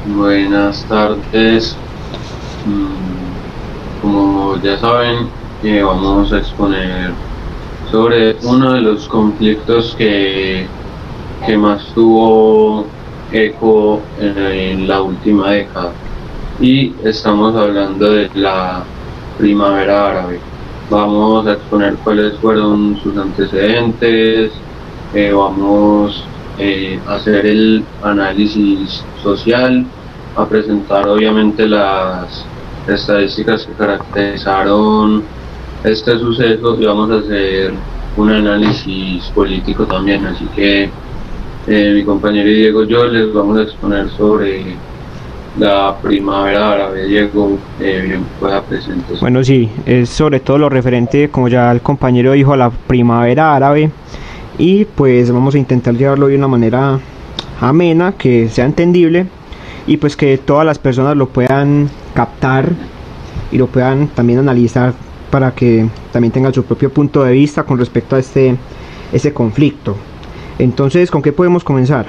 Buenas tardes. Como ya saben, vamos a exponer sobre uno de los conflictos que más tuvo eco en la última década. Y estamos hablando de la primavera árabe. Vamos a exponer cuáles fueron sus antecedentes, vamos a hacer el análisis social, a presentar obviamente las estadísticas que caracterizaron este suceso y vamos a hacer un análisis político también. Así que mi compañero Diego y yo les vamos a exponer sobre la primavera árabe. Diego, bien pueda presentar. Bueno, sí, es sobre todo lo referente, como ya el compañero dijo, a la primavera árabe. Y pues vamos a intentar llevarlo de una manera amena, que sea entendible y pues que todas las personas lo puedan captar y lo puedan también analizar para que también tengan su propio punto de vista con respecto a ese conflicto. Entonces, ¿con qué podemos comenzar?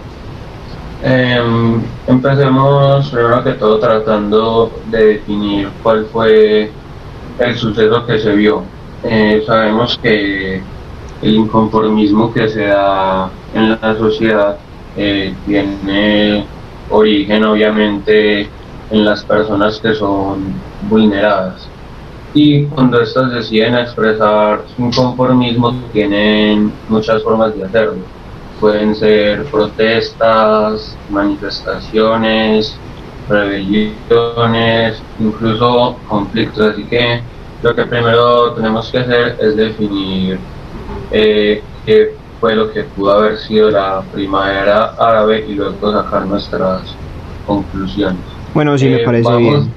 Empecemos primero que todo tratando de definir cuál fue el suceso que se vio. Sabemos que el inconformismo que se da en la sociedad tiene origen obviamente en las personas que son vulneradas, y cuando éstas deciden expresar su inconformismo tienen muchas formas de hacerlo. Pueden ser protestas, manifestaciones, rebeliones, incluso conflictos. Así que lo que primero tenemos que hacer es definir qué fue lo que pudo haber sido la primavera árabe y luego sacar nuestras conclusiones. Bueno, sí, me parece bien.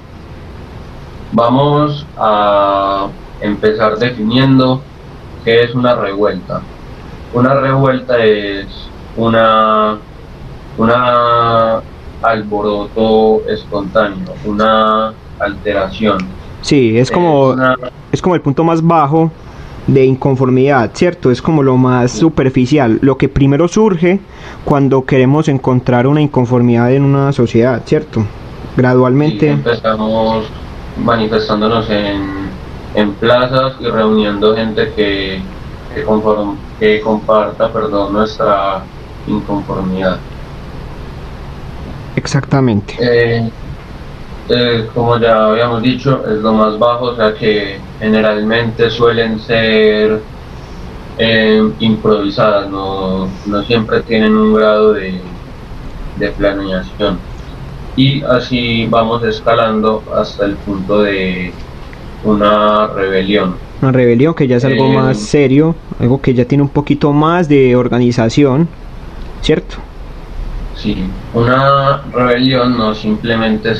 Vamos a empezar definiendo qué es una revuelta. Una revuelta es una alboroto espontáneo, una alteración. Sí, es como el punto más bajo de inconformidad, ¿cierto? Es como lo más superficial, lo que primero surge cuando queremos encontrar una inconformidad en una sociedad, ¿cierto? Gradualmente. Sí, empezamos manifestándonos en plazas y reuniendo gente que comparta, nuestra inconformidad. Exactamente. Como ya habíamos dicho, es lo más bajo, o sea que generalmente suelen ser improvisadas, no siempre tienen un grado de planeación. Y así vamos escalando hasta el punto de una rebelión. Una rebelión que ya es algo más serio, algo que ya tiene un poquito más de organización, ¿cierto? Sí, una rebelión no simplemente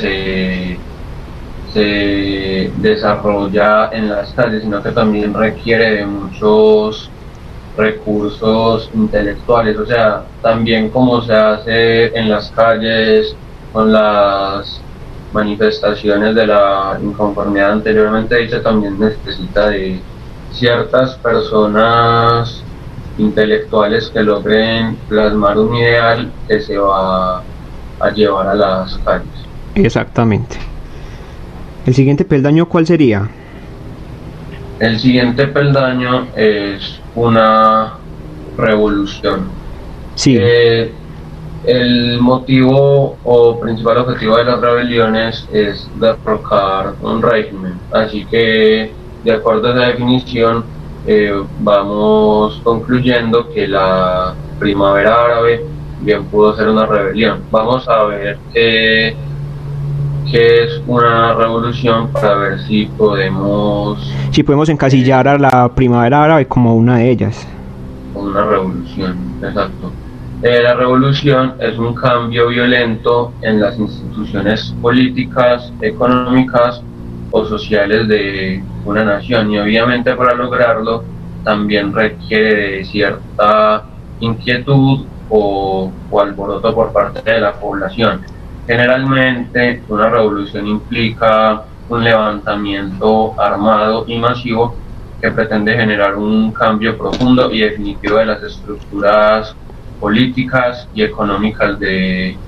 se desarrolla en las calles, sino que también requiere de muchos recursos intelectuales. O sea, también como se hace en las calles con las manifestaciones de la inconformidad anteriormente dicha, también necesita de ciertas personas intelectuales que logren plasmar un ideal que se va a llevar a las calles. Exactamente. ¿El siguiente peldaño cuál sería? El siguiente peldaño es una revolución. Sí. El motivo o principal objetivo de las rebeliones es derrocar un régimen. Así que, de acuerdo a esa definición, vamos concluyendo que la primavera árabe bien pudo ser una rebelión. Vamos a ver qué es una revolución para ver si podemos encasillar a la primavera árabe como una de ellas. Una revolución, exacto. La revolución es un cambio violento en las instituciones políticas, económicas o sociales de una nación, y obviamente para lograrlo también requiere de cierta inquietud o alboroto por parte de la población. Generalmente una revolución implica un levantamiento armado y masivo que pretende generar un cambio profundo y definitivo de las estructuras políticas y económicas de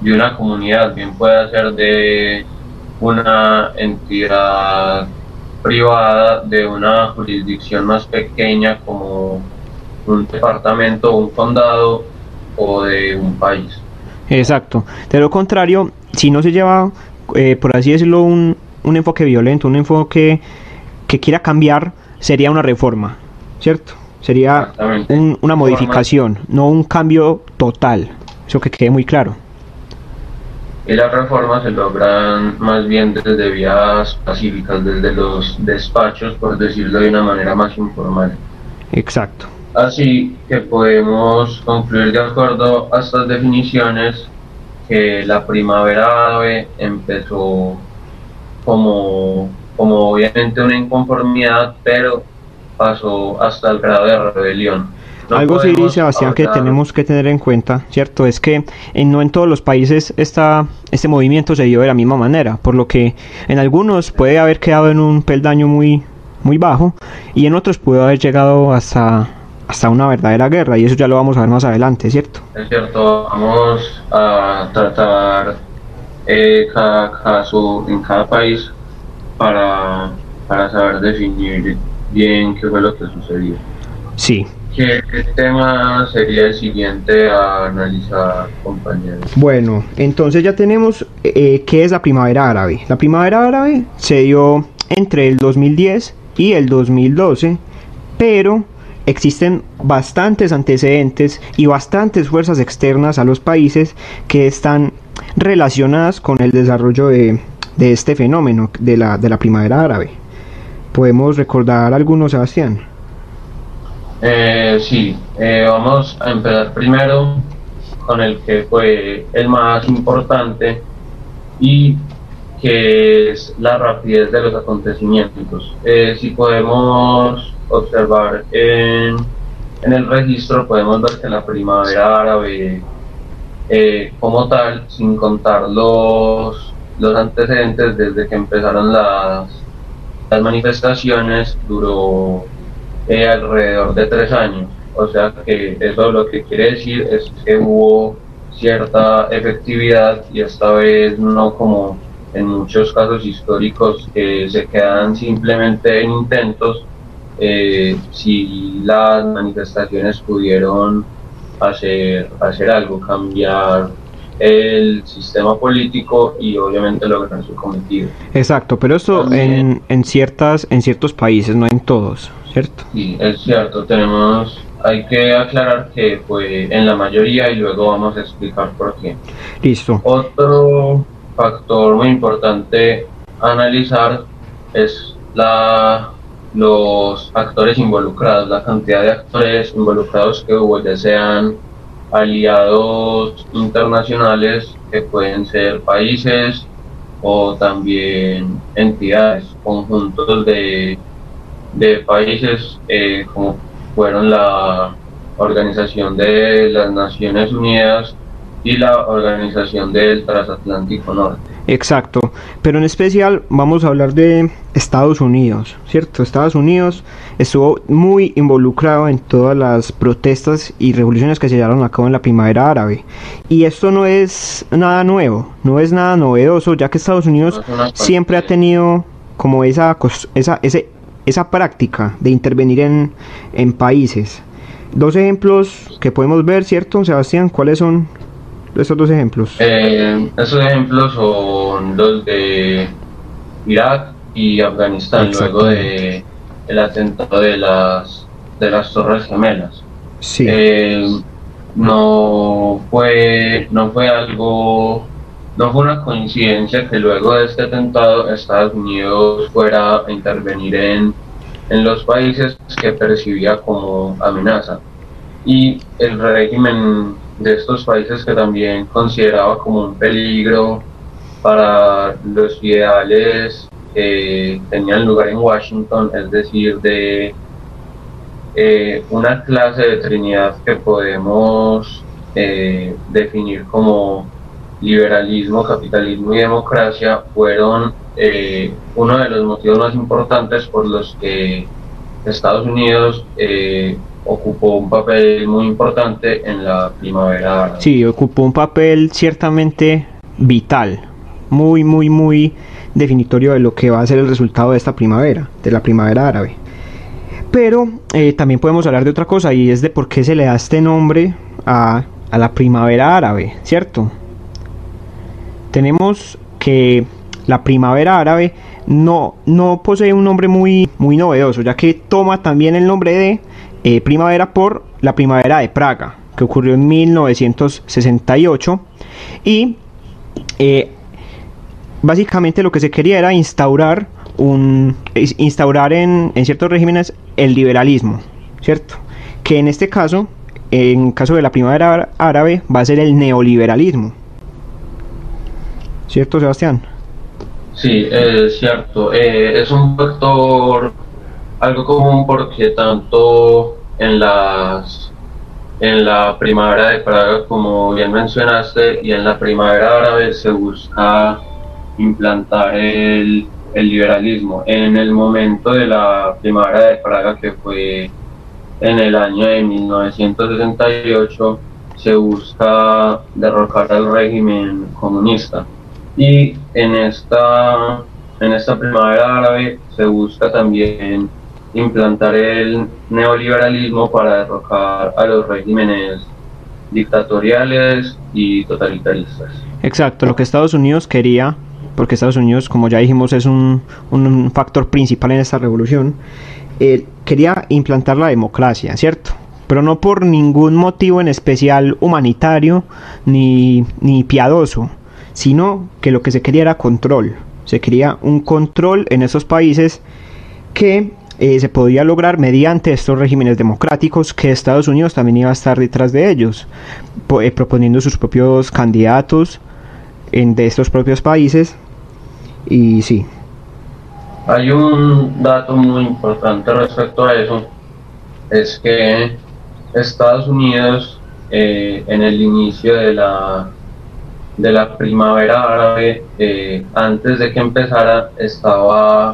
de una comunidad, bien puede ser de una entidad privada, de una jurisdicción más pequeña como un departamento, un condado o de un país. Exacto. De lo contrario, si no se lleva, por así decirlo, un enfoque violento, un enfoque que quiera cambiar, sería una reforma, ¿cierto? Sería una modificación, no un cambio total. Eso que quede muy claro. Y las reformas se logran más bien desde vías pacíficas, desde los despachos, por decirlo de una manera más informal. Exacto. Así que podemos concluir de acuerdo a estas definiciones que la primavera árabe empezó como obviamente una inconformidad, pero pasó hasta el grado de rebelión. Algo sí, Sebastián, que tenemos que tener en cuenta, ¿cierto? Es que no en todos los países este movimiento se dio de la misma manera, por lo que en algunos puede haber quedado en un peldaño muy bajo y en otros puede haber llegado hasta una verdadera guerra, y eso ya lo vamos a ver más adelante, ¿cierto? Es cierto, vamos a tratar cada caso en cada país para saber definir bien qué fue lo que sucedió. Sí. ¿Qué tema sería el siguiente a analizar, compañeros? Bueno, entonces ya tenemos qué es la primavera árabe. La primavera árabe se dio entre el 2010 y el 2012, pero existen bastantes antecedentes y bastantes fuerzas externas a los países que están relacionadas con el desarrollo de este fenómeno de la primavera árabe. ¿Podemos recordar algunos, Sebastián? Sí, vamos a empezar primero con el que fue el más importante y que es la rapidez de los acontecimientos. Si podemos observar en el registro, podemos ver que la primavera árabe como tal, sin contar los antecedentes desde que empezaron las manifestaciones, duró alrededor de 3 años. O sea que eso lo que quiere decir es que hubo cierta efectividad, y esta vez no como en muchos casos históricos que se quedan simplemente en intentos. Si las manifestaciones pudieron hacer algo, cambiar el sistema político y obviamente lograr su cometido. Exacto, pero esto en ciertos países, no en todos, ¿cierto? Sí, es cierto, hay que aclarar que fue en la mayoría y luego vamos a explicar por qué. Listo. Otro factor muy importante a analizar es los actores involucrados, la cantidad de actores involucrados que hubo, ya sean aliados internacionales, que pueden ser países o también entidades, conjuntos de países, como fueron la Organización de las Naciones Unidas y la Organización del Transatlántico Norte. Exacto, pero en especial vamos a hablar de Estados Unidos, ¿cierto? Estados Unidos estuvo muy involucrado en todas las protestas y revoluciones que se llevaron a cabo en la primavera árabe, y esto no es nada nuevo, no es nada novedoso, ya que Estados Unidos siempre ha tenido como esa práctica de intervenir en países. Dos ejemplos que podemos ver, ¿cierto, Sebastián? ¿Cuáles son esos dos ejemplos? Esos ejemplos son los de Irak y Afganistán, luego de el atentado de las Torres Gemelas. Sí. No fue una coincidencia que luego de este atentado Estados Unidos fuera a intervenir en los países que percibía como amenaza, y el régimen de estos países que también consideraba como un peligro para los ideales que tenían lugar en Washington, es decir, de una clase de trinidad que podemos definir como liberalismo, capitalismo y democracia, fueron uno de los motivos más importantes por los que Estados Unidos ocupó un papel muy importante en la primavera árabe. Sí, ocupó un papel ciertamente vital, muy, muy, muy definitorio de lo que va a ser el resultado de esta primavera, de la primavera árabe. Pero también podemos hablar de otra cosa, y es de por qué se le da este nombre a la primavera árabe, ¿cierto? Tenemos que la primavera árabe no posee un nombre muy, muy novedoso, ya que toma también el nombre de primavera por la primavera de Praga, que ocurrió en 1968, y básicamente lo que se quería era instaurar en ciertos regímenes el liberalismo, ¿cierto? Que en este caso, en caso de la primavera árabe, va a ser el neoliberalismo, ¿cierto, Sebastián? Sí, es cierto. Es un factor algo común porque tanto en la primavera de Praga, como bien mencionaste, y en la primavera árabe se busca implantar el liberalismo. En el momento de la primavera de Praga, que fue en el año de 1968, se busca derrocar al régimen comunista. Y en esta primavera árabe se busca también implantar el neoliberalismo para derrocar a los regímenes dictatoriales y totalitaristas. Exacto, lo que Estados Unidos quería, porque Estados Unidos, como ya dijimos, es un factor principal en esta revolución, quería implantar la democracia, ¿cierto? Pero no por ningún motivo en especial humanitario ni piadoso, sino que lo que se quería era control. Se quería un control en esos países que se podía lograr mediante estos regímenes democráticos, que Estados Unidos también iba a estar detrás de ellos, proponiendo sus propios candidatos de estos propios países. Y sí. Hay un dato muy importante respecto a eso, es que Estados Unidos en el inicio de la primavera árabe, antes de que empezara, estaba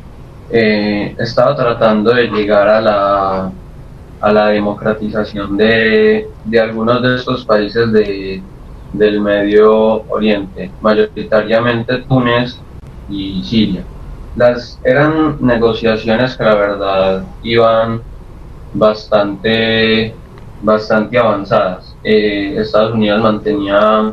tratando de llegar a la democratización de algunos de estos países del Medio Oriente, mayoritariamente Túnez y Siria. Eran negociaciones que la verdad iban bastante avanzadas. Estados Unidos mantenía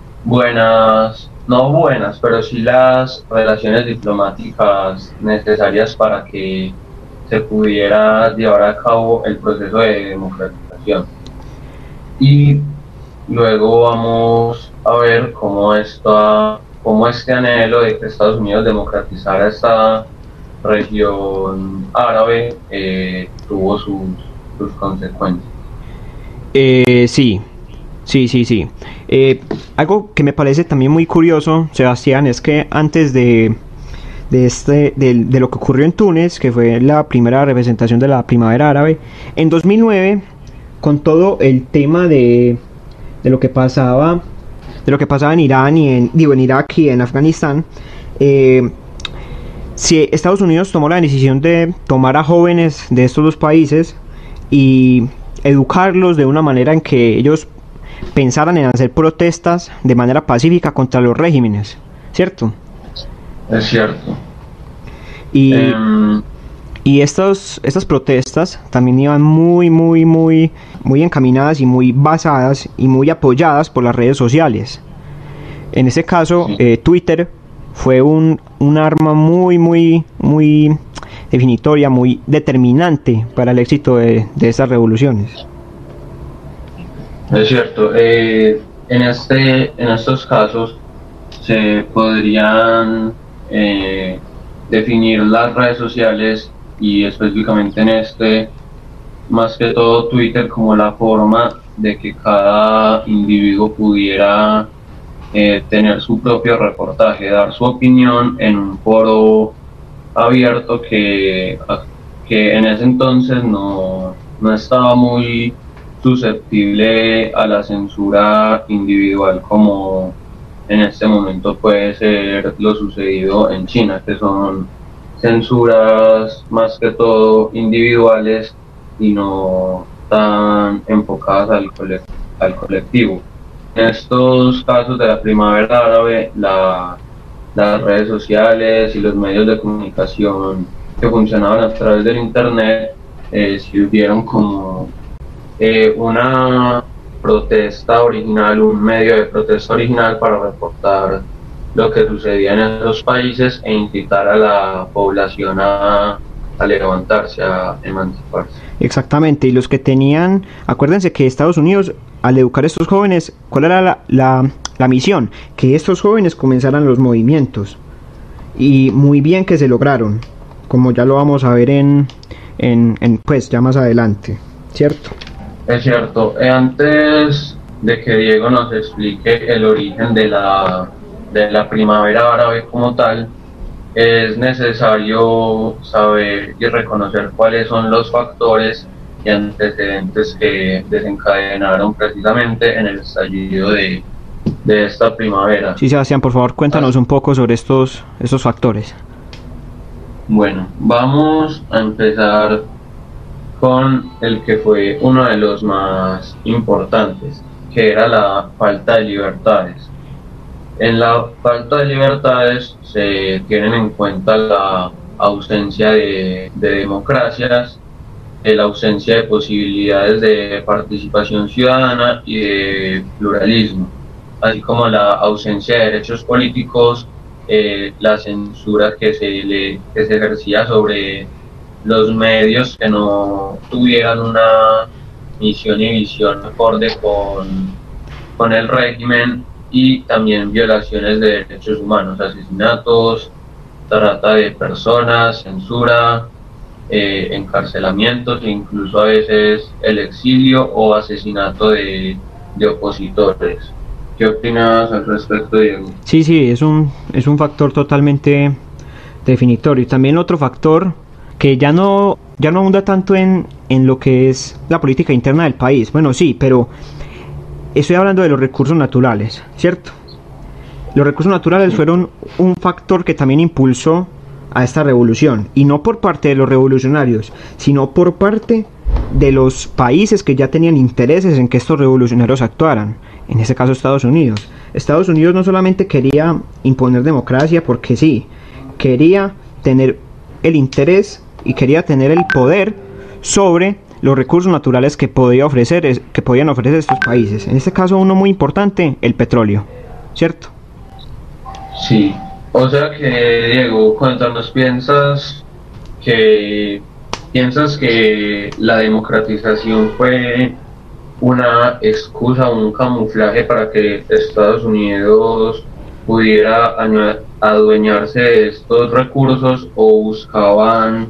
no buenas, pero sí las relaciones diplomáticas necesarias para que se pudiera llevar a cabo el proceso de democratización. Y luego vamos a ver cómo este anhelo de que Estados Unidos democratizara esta región árabe tuvo sus consecuencias. Sí. Algo que me parece también muy curioso, Sebastián, es que antes de lo que ocurrió en Túnez, que fue la primera representación de la primavera árabe, en 2009, con todo el tema de lo que pasaba en Irán en Irak y en Afganistán, si Estados Unidos tomó la decisión de tomar a jóvenes de estos dos países y educarlos de una manera en que ellos pensaran en hacer protestas de manera pacífica contra los regímenes, ¿cierto? Es cierto. Y estas protestas también iban muy encaminadas y muy basadas y muy apoyadas por las redes sociales. En este caso, sí. Twitter fue un arma muy definitoria, muy determinante para el éxito de estas revoluciones. Es cierto. En estos casos se podrían definir las redes sociales, y específicamente más que todo Twitter, como la forma de que cada individuo pudiera tener su propio reportaje, dar su opinión en un foro abierto que en ese entonces no estaba muy susceptible a la censura individual, como en este momento puede ser lo sucedido en China, que son censuras más que todo individuales y no tan enfocadas al colectivo. En estos casos de la primavera árabe, las redes sociales y los medios de comunicación que funcionaban a través del Internet sirvieron como una protesta original, un medio de protesta original para reportar lo que sucedía en esos países e incitar a la población a levantarse, a emanciparse. Exactamente, y los que tenían, acuérdense que Estados Unidos, al educar a estos jóvenes, ¿cuál era la misión? Que estos jóvenes comenzaran los movimientos. Y muy bien que se lograron, como ya lo vamos a ver pues ya más adelante, ¿cierto? Es cierto, antes de que Diego nos explique el origen de la primavera árabe como tal, es necesario saber y reconocer cuáles son los factores y antecedentes que desencadenaron precisamente en el estallido de esta primavera. Sí, Sebastián, por favor, cuéntanos un poco sobre estos factores. Bueno, vamos a empezar con el que fue uno de los más importantes, que era la falta de libertades. En la falta de libertades se tienen en cuenta la ausencia de democracias, la ausencia de posibilidades de participación ciudadana y de pluralismo, así como la ausencia de derechos políticos, la censura que se ejercía sobre los medios que no tuvieran una misión y visión acorde con el régimen, y también violaciones de derechos humanos, asesinatos, trata de personas, censura, encarcelamientos e incluso a veces el exilio o asesinato de opositores. ¿Qué opinas al respecto, Diego? Sí, es un factor totalmente definitorio. Y también otro factor que ya no abunda tanto en lo que es la política interna del país. Bueno, sí, pero estoy hablando de los recursos naturales, ¿cierto? Los recursos naturales fueron un factor que también impulsó a esta revolución, y no por parte de los revolucionarios, sino por parte de los países que ya tenían intereses en que estos revolucionarios actuaran. En este caso Estados Unidos. Estados Unidos no solamente quería imponer democracia porque sí, quería tener el interés y quería tener el poder sobre los recursos naturales que podían ofrecer estos países. En este caso uno muy importante, el petróleo, ¿cierto? Sí, o sea que, Diego, cuéntanos, ¿piensas que la democratización fue una excusa, un camuflaje para que Estados Unidos pudiera adueñarse de estos recursos, o buscaban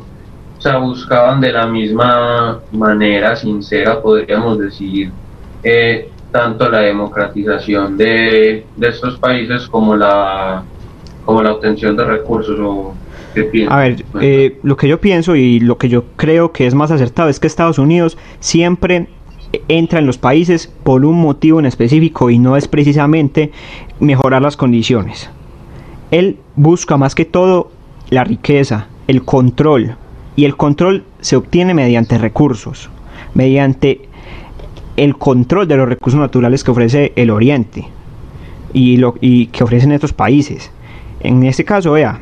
de la misma manera sincera, podríamos decir, tanto la democratización de estos países como la obtención de recursos? ¿O qué piensas? A ver, lo que yo pienso y lo que yo creo que es más acertado es que Estados Unidos siempre entra en los países por un motivo en específico, y no es precisamente mejorar las condiciones. Él busca más que todo la riqueza, el control, y el control se obtiene mediante recursos, mediante el control de los recursos naturales que ofrece el Oriente y que ofrecen estos países. En este caso, vea,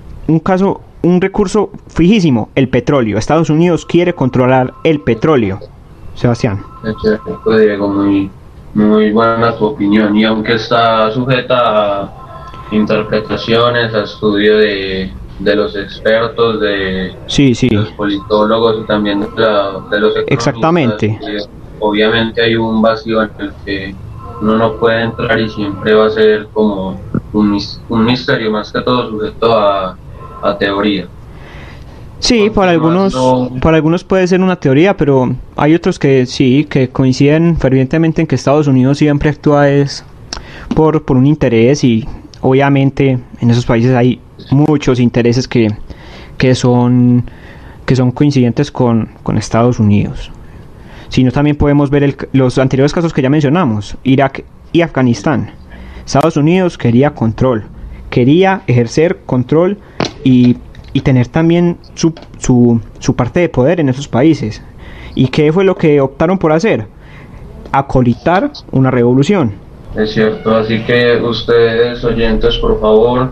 un recurso fijísimo, el petróleo. Estados Unidos quiere controlar el petróleo. Sebastián. Diego, muy buena tu opinión, y aunque está sujeta a interpretaciones, a estudio de los expertos, de los politólogos y también de los economistas. Exactamente. Obviamente hay un vacío en el que uno no puede entrar, y siempre va a ser como un misterio, más que todo sujeto a teoría. Sí, para algunos puede ser una teoría, pero hay otros que sí, que coinciden fervientemente en que Estados Unidos siempre actúa por un interés, y obviamente en esos países hay muchos intereses que son coincidentes con Estados Unidos. Sino también podemos ver los anteriores casos que ya mencionamos, Irak y Afganistán. Estados Unidos quería control, quería ejercer control y tener también su parte de poder en esos países. ¿Y qué fue lo que optaron por hacer? Acolitar una revolución. Es cierto, así que ustedes oyentes, por favor,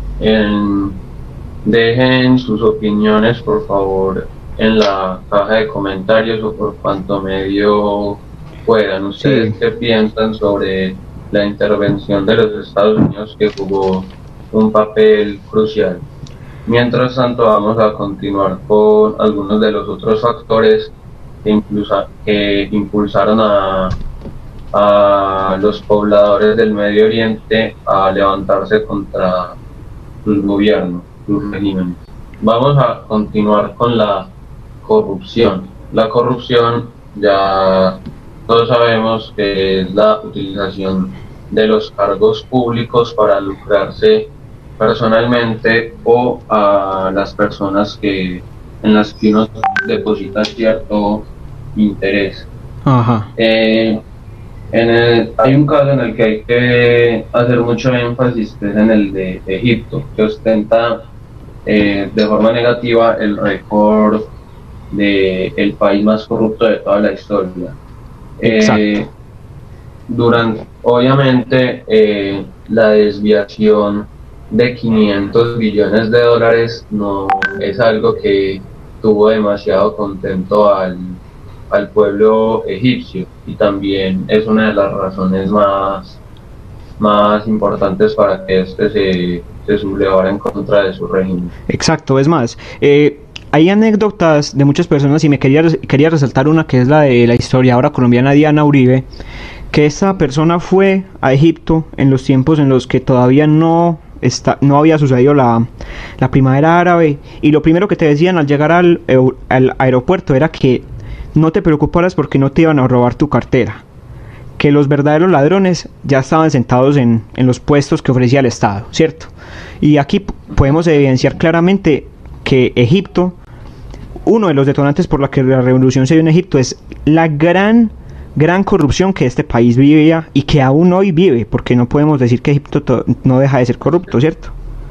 dejen sus opiniones, por favor, en la caja de comentarios o por cuanto medio puedan. ¿Ustedes qué piensan sobre la intervención de los Estados Unidos, que jugó un papel crucial? Mientras tanto, vamos a continuar con algunos de los otros factores que impulsaron a los pobladores del Medio Oriente a levantarse contra sus gobiernos, sus regímenes. Vamos a continuar con la corrupción. La corrupción, ya todos sabemos que es la utilización de los cargos públicos para lucrarse personalmente o a las personas en las que uno deposita cierto interés. Ajá. Hay un caso en el que hay que hacer mucho énfasis, que es en el de Egipto, que ostenta de forma negativa el récord de el país más corrupto de toda la historia. Obviamente, la desviación de 500 billones de dólares no es algo que tuvo demasiado contento al pueblo egipcio, y también es una de las razones más importantes para que se sublevara en contra de su régimen. Exacto, es más, hay anécdotas de muchas personas y me quería resaltar una, que es la de la historiadora colombiana Diana Uribe, que esta persona fue a Egipto en los tiempos en los que todavía no había sucedido la primavera árabe, y lo primero que te decían al llegar al aeropuerto era que no te preocuparas porque no te iban a robar tu cartera, que los verdaderos ladrones ya estaban sentados en los puestos que ofrecía el Estado, ¿cierto? Y aquí podemos evidenciar claramente que Egipto, uno de los detonantes por la que la revolución se dio en Egipto, es la gran corrupción que este país vivía y que aún hoy vive, porque no podemos decir que Egipto no deja de ser corrupto, ¿cierto?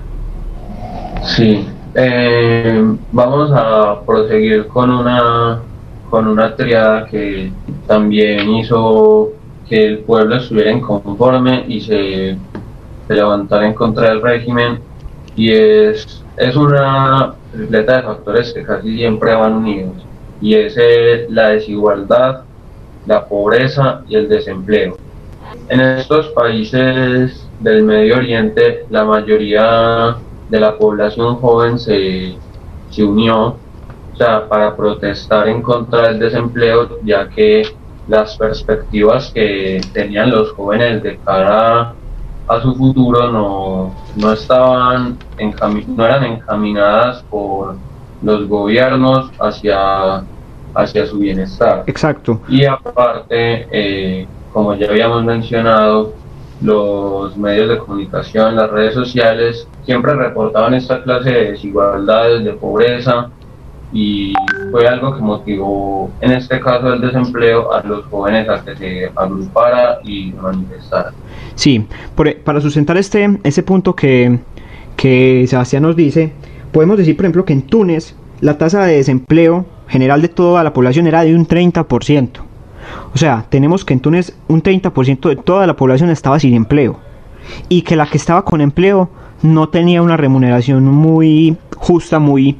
Sí. Vamos a proseguir con una triada que también hizo que el pueblo estuviera inconforme y se levantara en contra del régimen, y es una tripleta de factores que casi siempre van unidos, y es la desigualdad, la pobreza y el desempleo. En estos países del Medio Oriente, la mayoría de la población joven se unió, o sea, para protestar en contra del desempleo, ya que las perspectivas que tenían los jóvenes de cara a su futuro no eran encaminadas por los gobiernos hacia su bienestar. Exacto. Y aparte, como ya habíamos mencionado, los medios de comunicación, las redes sociales, siempre reportaban esta clase de desigualdades, de pobreza, y fue algo que motivó, en este caso el desempleo, a los jóvenes a que se agrupara y manifestara. Sí, para sustentar ese punto que Sebastián nos dice, podemos decir, por ejemplo, que en Túnez la tasa de desempleo general de toda la población era de un 30%. O sea, tenemos que en Túnez un 30% de toda la población estaba sin empleo, y que la que estaba con empleo no tenía una remuneración muy justa, muy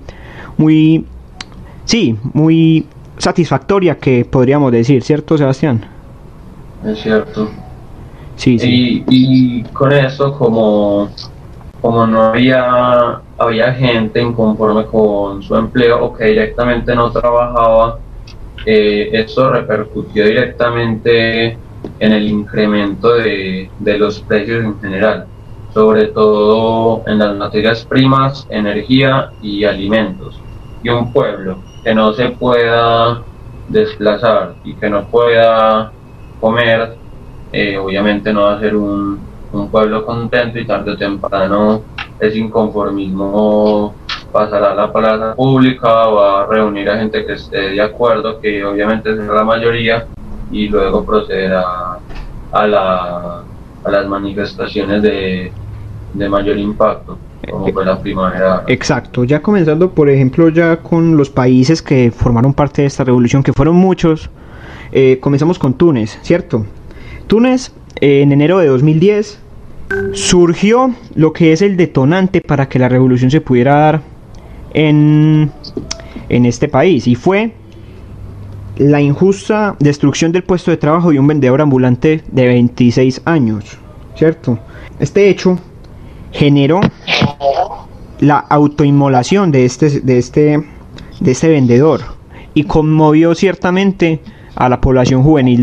satisfactoria, que podríamos decir, ¿cierto, Sebastián? Es cierto. Sí. Y con eso, como no había gente inconforme con su empleo o que directamente no trabajaba, esto repercutió directamente en el incremento de los precios en general, sobre todo en las materias primas, energía y alimentos. Y un pueblo que no se pueda desplazar y que no pueda comer, obviamente no va a ser un pueblo contento, y tarde o temprano ese inconformismo pasará a la plaza pública, va a reunir a gente que esté de acuerdo, que obviamente será la mayoría, y luego procederá a las manifestaciones de mayor impacto. como fue la primavera. Exacto, ya comenzando por ejemplo ya con los países que formaron parte de esta revolución, que fueron muchos. Comenzamos con Túnez, ¿cierto? Túnez, en enero de 2010 surgió lo que es el detonante para que la revolución se pudiera dar en este país, y fue la injusta destrucción del puesto de trabajo de un vendedor ambulante de 26 años, ¿cierto? Este hecho generó la autoinmolación de este vendedor y conmovió ciertamente a la población juvenil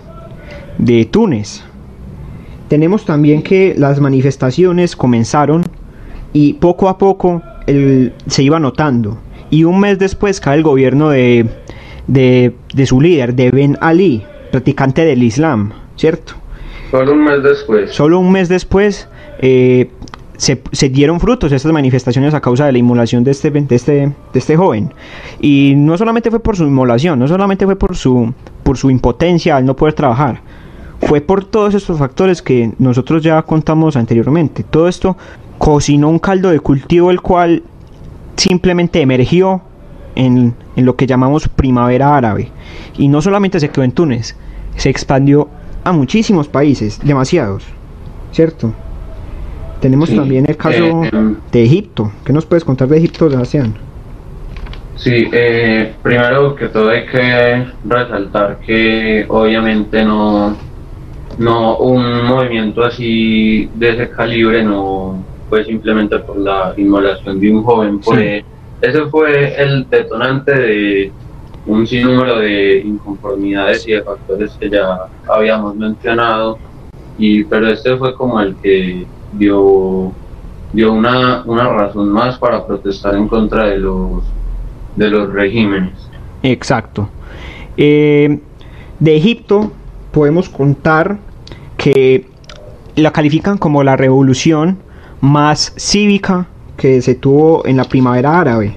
de Túnez. Tenemos también que las manifestaciones comenzaron y poco a poco se iba notando, y un mes después cae el gobierno de su líder, de Ben Ali, practicante del Islam, ¿cierto? Solo un mes después. Solo un mes después se dieron frutos estas manifestaciones a causa de la inmolación de este joven. Y no solamente fue por su inmolación, no solamente fue por su impotencia al no poder trabajar, fue por todos estos factores que nosotros ya contamos anteriormente. Todo esto cocinó un caldo de cultivo, el cual simplemente emergió en lo que llamamos primavera árabe. Y no solamente se quedó en Túnez, se expandió a muchísimos países, demasiados, ¿cierto? Tenemos también el caso de Egipto. ¿Qué nos puedes contar de Egipto, Sebastián? Sí, primero que todo hay que resaltar que obviamente no un movimiento así de ese calibre no fue simplemente por la inmolación de un joven. Ese fue el detonante de un sinnúmero de inconformidades y de factores que ya habíamos mencionado, pero este fue como el que dio una razón más para protestar en contra de los regímenes. Exacto. De Egipto podemos contar que la califican como la revolución más cívica que se tuvo en la primavera árabe.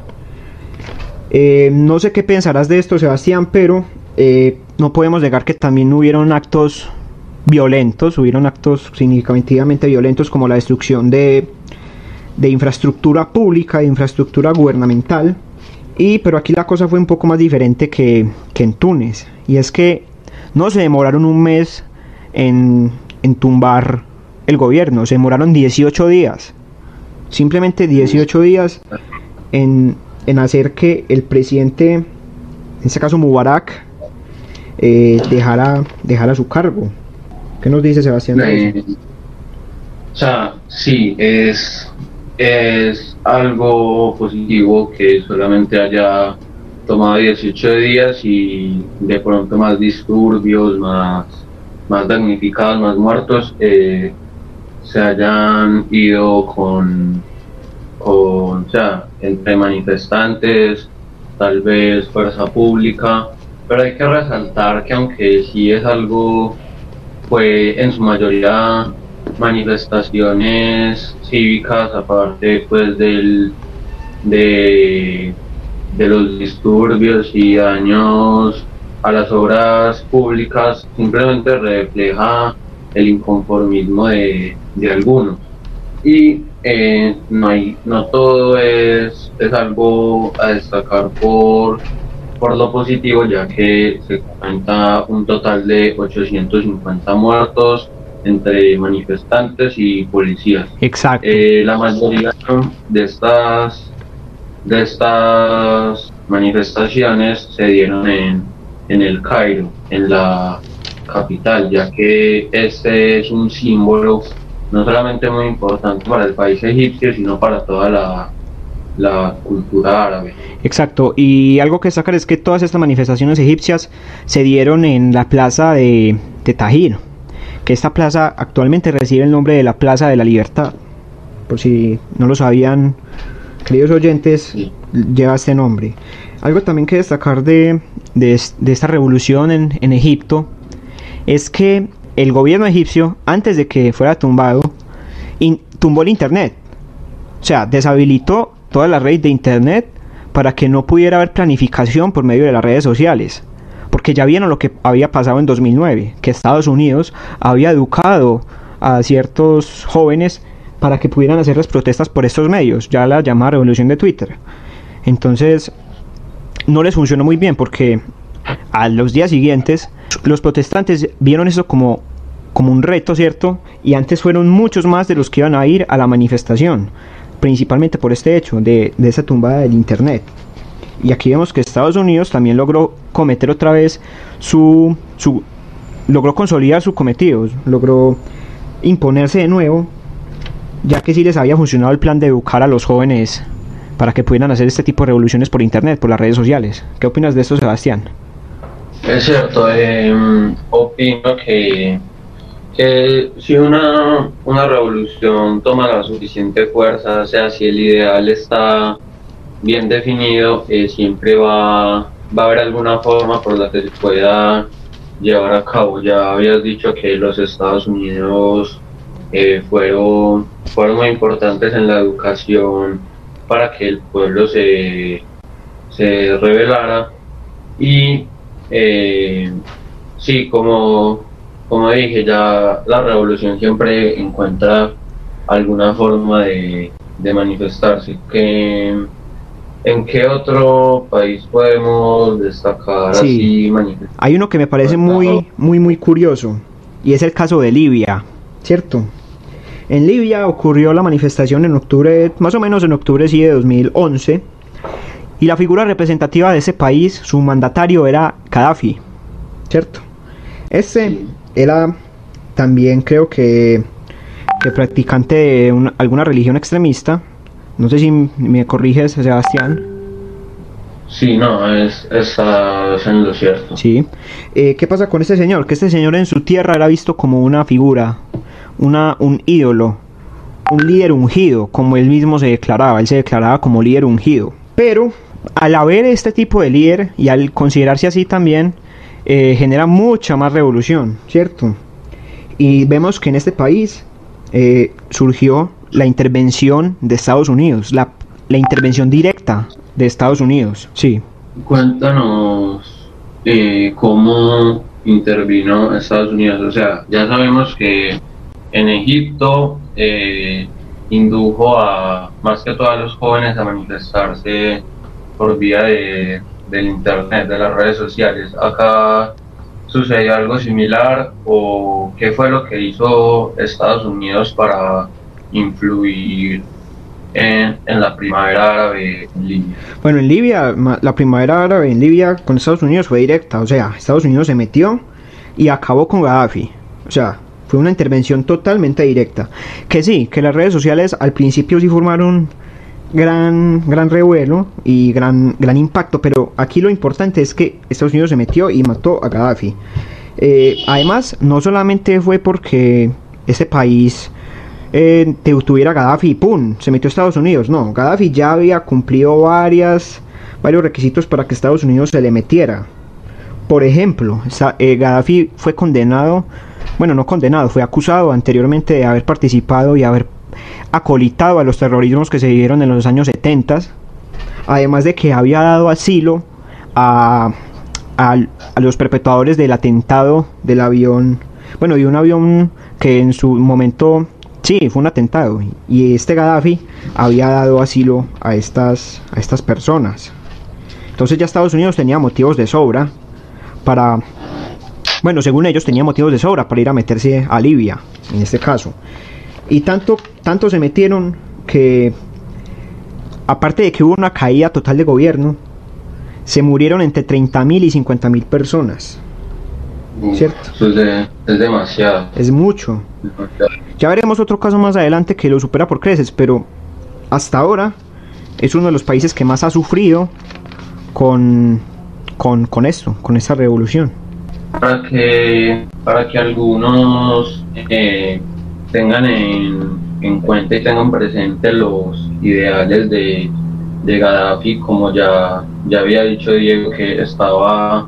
No sé qué pensarás de esto, Sebastián, pero no podemos negar que también hubieron actos violentos, hubieron actos significativamente violentos, como la destrucción de infraestructura pública, de infraestructura gubernamental. Pero aquí la cosa fue un poco más diferente que en Túnez, y es que no se demoraron un mes en tumbar el gobierno, se demoraron 18 días, simplemente 18 días en hacer que el presidente, en este caso Mubarak, dejara su cargo. ¿Qué nos dice Sebastián de eso? O sea, sí, es algo positivo que solamente haya tomado 18 días y de pronto más disturbios, más damnificados, más muertos, se hayan ido o sea, entre manifestantes, tal vez fuerza pública, pero hay que resaltar que aunque sí es algo, fue en su mayoría manifestaciones cívicas, aparte pues de los disturbios y daños a las obras públicas, simplemente refleja el inconformismo de algunos. Y no todo es algo a destacar por lo positivo, ya que se cuenta un total de 850 muertos entre manifestantes y policías. Exacto. La mayoría de estas manifestaciones se dieron en el Cairo, en la capital, ya que este es un símbolo no solamente muy importante para el país egipcio, sino para toda la cultura árabe. Exacto, y algo que destacar es que todas estas manifestaciones egipcias se dieron en la plaza de Tahrir, que esta plaza actualmente recibe el nombre de la Plaza de la Libertad. Por si no lo sabían, queridos oyentes, sí, lleva este nombre. Algo también que destacar de esta revolución en Egipto es que el gobierno egipcio, antes de que fuera tumbado, tumbó el internet. O sea, deshabilitó todas las redes de internet para que no pudiera haber planificación por medio de las redes sociales. Porque ya vieron lo que había pasado en 2009, que Estados Unidos había educado a ciertos jóvenes para que pudieran hacer las protestas por estos medios, ya la llamada revolución de Twitter. Entonces no les funcionó muy bien, porque a los días siguientes los protestantes vieron eso como un reto, ¿cierto? Y antes fueron muchos más de los que iban a ir a la manifestación, principalmente por este hecho de esa tumbada del internet. Y aquí vemos que Estados Unidos también logró cometer otra vez logró consolidar su cometido, logró imponerse de nuevo, ya que sí les había funcionado el plan de educar a los jóvenes para que pudieran hacer este tipo de revoluciones por internet, por las redes sociales. ¿Qué opinas de esto, Sebastián? Es cierto, opino que si una revolución toma la suficiente fuerza, o sea, si el ideal está bien definido, siempre va a haber alguna forma por la que se pueda llevar a cabo. Ya habías dicho que los Estados Unidos fueron muy importantes en la educación para que el pueblo se rebelara, y sí, como dije, ya la revolución siempre encuentra alguna forma de manifestarse. ¿En qué otro país podemos destacar Sí, así manifestaciones? hay uno que me parece muy curioso, y es el caso de Libia, ¿cierto? En Libia ocurrió la manifestación en octubre, más o menos en octubre sí, de 2011, y la figura representativa de ese país, su mandatario, era Gaddafi, ¿cierto? Sí. Era también, creo que practicante de alguna religión extremista. No sé si me corriges, Sebastián. Sí, no, estás en lo cierto. Sí. ¿Qué pasa con este señor? Que este señor en su tierra era visto como una figura, un ídolo, un líder ungido, como él mismo se declaraba. Él se declaraba como líder ungido. Pero al haber este tipo de líder, y al considerarse así también, genera mucha más revolución, ¿cierto? Y vemos que en este país surgió la intervención de Estados Unidos, la intervención directa de Estados Unidos, sí. Cuéntanos cómo intervino Estados Unidos. O sea, ya sabemos que en Egipto indujo más que todos los jóvenes a manifestarse por vía del internet, de las redes sociales. Acá sucedió algo similar, o qué fue lo que hizo Estados Unidos para influir en la primavera árabe en Libia. Bueno, en Libia, la primavera árabe en Libia con Estados Unidos fue directa, o sea, Estados Unidos se metió y acabó con Gaddafi, o sea, fue una intervención totalmente directa. Que sí, que las redes sociales al principio sí formaron gran revuelo y gran impacto, pero aquí lo importante es que Estados Unidos se metió y mató a Gaddafi. Además, no solamente fue porque ese país tuviera Gaddafi y ¡pum!, se metió a Estados Unidos. No, Gaddafi ya había cumplido varios requisitos para que Estados Unidos se le metiera. Por ejemplo, Gaddafi fue condenado, bueno, no condenado, fue acusado anteriormente de haber participado y haber acolitado a los terrorismos que se vivieron en los años 70, además de que había dado asilo a los perpetradores del atentado del avión, bueno, de un avión que en su momento, sí, fue un atentado, y este Gaddafi había dado asilo a estas personas. Entonces ya Estados Unidos tenía motivos de sobra para, bueno, según ellos tenía motivos de sobra para ir a meterse a Libia, en este caso. Y tanto se metieron que, aparte de que hubo una caída total de gobierno, se murieron entre 30.000 y 50.000 personas. ¿Cierto? Eso es demasiado. Es mucho. Ya veremos otro caso más adelante que lo supera por creces, pero hasta ahora es uno de los países que más ha sufrido con esto, con esta revolución. Para que algunos tengan en cuenta y tengan presente los ideales de Gaddafi, como ya había dicho Diego, que estaba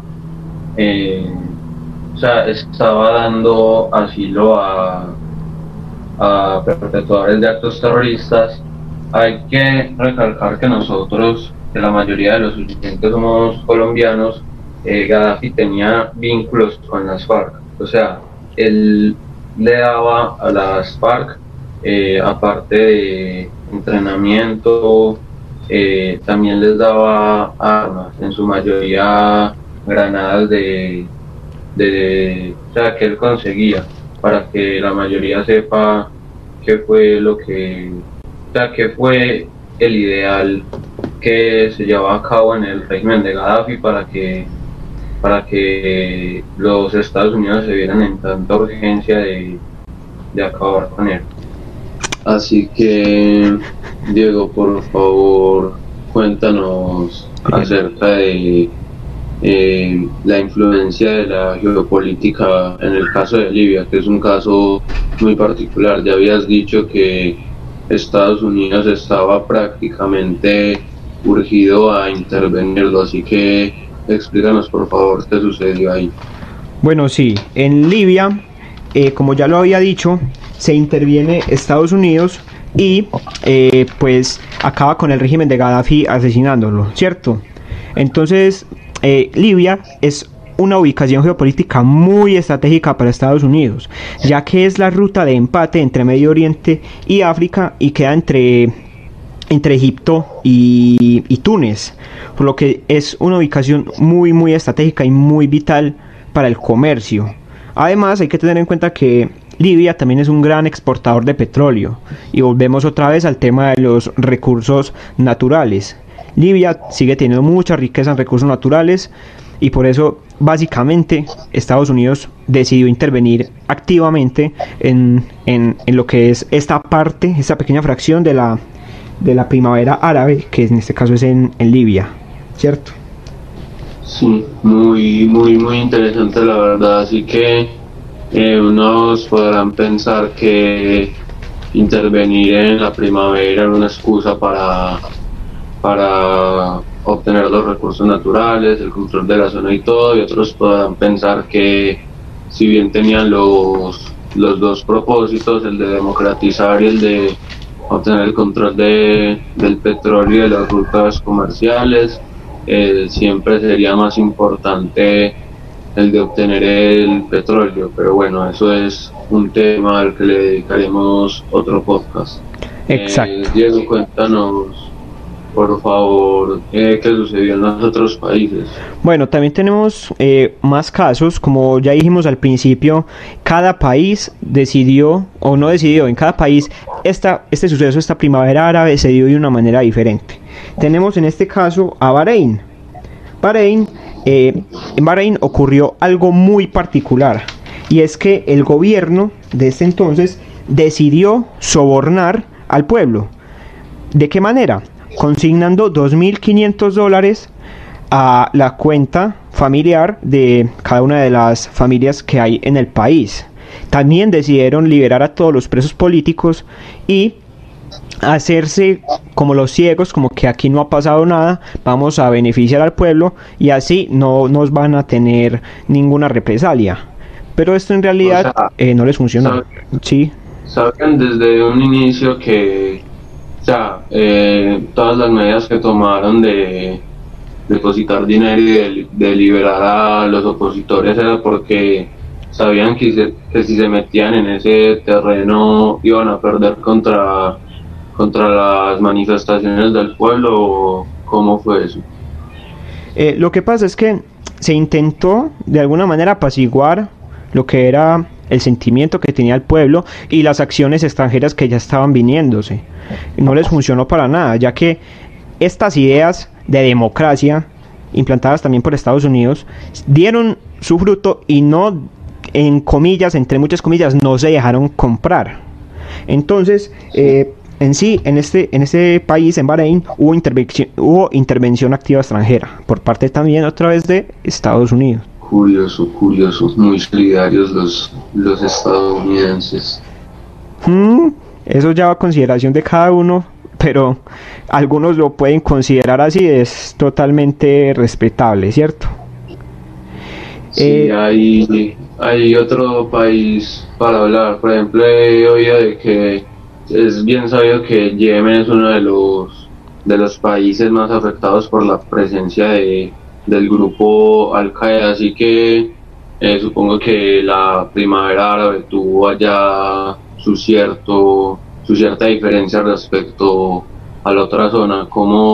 dando asilo a perpetradores de actos terroristas. Hay que recalcar que nosotros, que la mayoría de los oyentes somos colombianos, Gaddafi tenía vínculos con las FARC, o sea, él le daba a las FARC aparte de entrenamiento, también les daba armas, en su mayoría granadas o sea, que él conseguía, para que la mayoría sepa qué fue o sea, qué fue el ideal que se llevaba a cabo en el régimen de Gaddafi para que los Estados Unidos se vieran en tanta urgencia de acabar con él. Así que, Diego, por favor, cuéntanos acerca de la influencia de la geopolítica en el caso de Libia, que es un caso muy particular. Ya habías dicho que Estados Unidos estaba prácticamente urgido a intervenirlo, así que explícanos por favor qué sucedió ahí. Bueno, sí, en Libia, como ya lo había dicho, se interviene Estados Unidos y pues acaba con el régimen de Gaddafi asesinándolo, ¿cierto? Entonces, Libia es una ubicación geopolítica muy estratégica para Estados Unidos, ya que es la ruta de empate entre Medio Oriente y África y queda entre Egipto y Túnez, por lo que es una ubicación muy estratégica y muy vital para el comercio. Además, hay que tener en cuenta que Libia también es un gran exportador de petróleo, y volvemos otra vez al tema de los recursos naturales. Libia sigue teniendo mucha riqueza en recursos naturales, y por eso básicamente Estados Unidos decidió intervenir activamente en lo que es esta parte, esta pequeña fracción de la primavera árabe, que en este caso es en Libia, ¿cierto? Sí, muy interesante la verdad, así que unos podrán pensar que intervenir en la primavera era una excusa para obtener los recursos naturales, el control de la zona y todo, y otros podrán pensar que si bien tenían los dos propósitos, el de democratizar y el de obtener el control del petróleo y de las rutas comerciales, siempre sería más importante el de obtener el petróleo, pero bueno, eso es un tema al que le dedicaremos otro podcast. Exacto. Diego, cuéntanos por favor qué sucedió en los otros países. Bueno, también tenemos más casos, como ya dijimos al principio, cada país decidió o no decidió, en cada país este suceso, esta primavera árabe se dio de una manera diferente. Tenemos en este caso a Bahrein. En Bahrein ocurrió algo muy particular, y es que el gobierno de ese entonces decidió sobornar al pueblo. ¿De qué manera? Consignando $2.500 a la cuenta familiar de cada una de las familias que hay en el país. También decidieron liberar a todos los presos políticos y hacerse como los ciegos, como que aquí no ha pasado nada, vamos a beneficiar al pueblo y así no nos van a tener ninguna represalia. Pero esto en realidad, o sea, no les funcionó. Sí. Saben desde un inicio que, o sea, todas las medidas que tomaron de depositar dinero y de liberar a los opositores era porque sabían que si se metían en ese terreno iban a perder contra las manifestaciones del pueblo, o ¿cómo fue eso? Lo que pasa es que se intentó de alguna manera apaciguar lo que era el sentimiento que tenía el pueblo y las acciones extranjeras que ya estaban viniéndose. No les funcionó para nada, ya que estas ideas de democracia implantadas también por Estados Unidos dieron su fruto y no, en comillas, entre muchas comillas, no se dejaron comprar. Entonces, en sí, en este país, en Bahrein, hubo intervención activa extranjera por parte también otra vez de Estados Unidos. Curioso, muy solidarios los estadounidenses. Eso ya va a consideración de cada uno, pero algunos lo pueden considerar así, es totalmente respetable, ¿cierto? Sí, hay otro país para hablar. Por ejemplo, he oído de que es bien sabido que Yemen es uno de los países más afectados por la presencia del grupo Al-Qaeda, así que supongo que la primavera árabe tuvo allá su cierto su cierta diferencia respecto a la otra zona.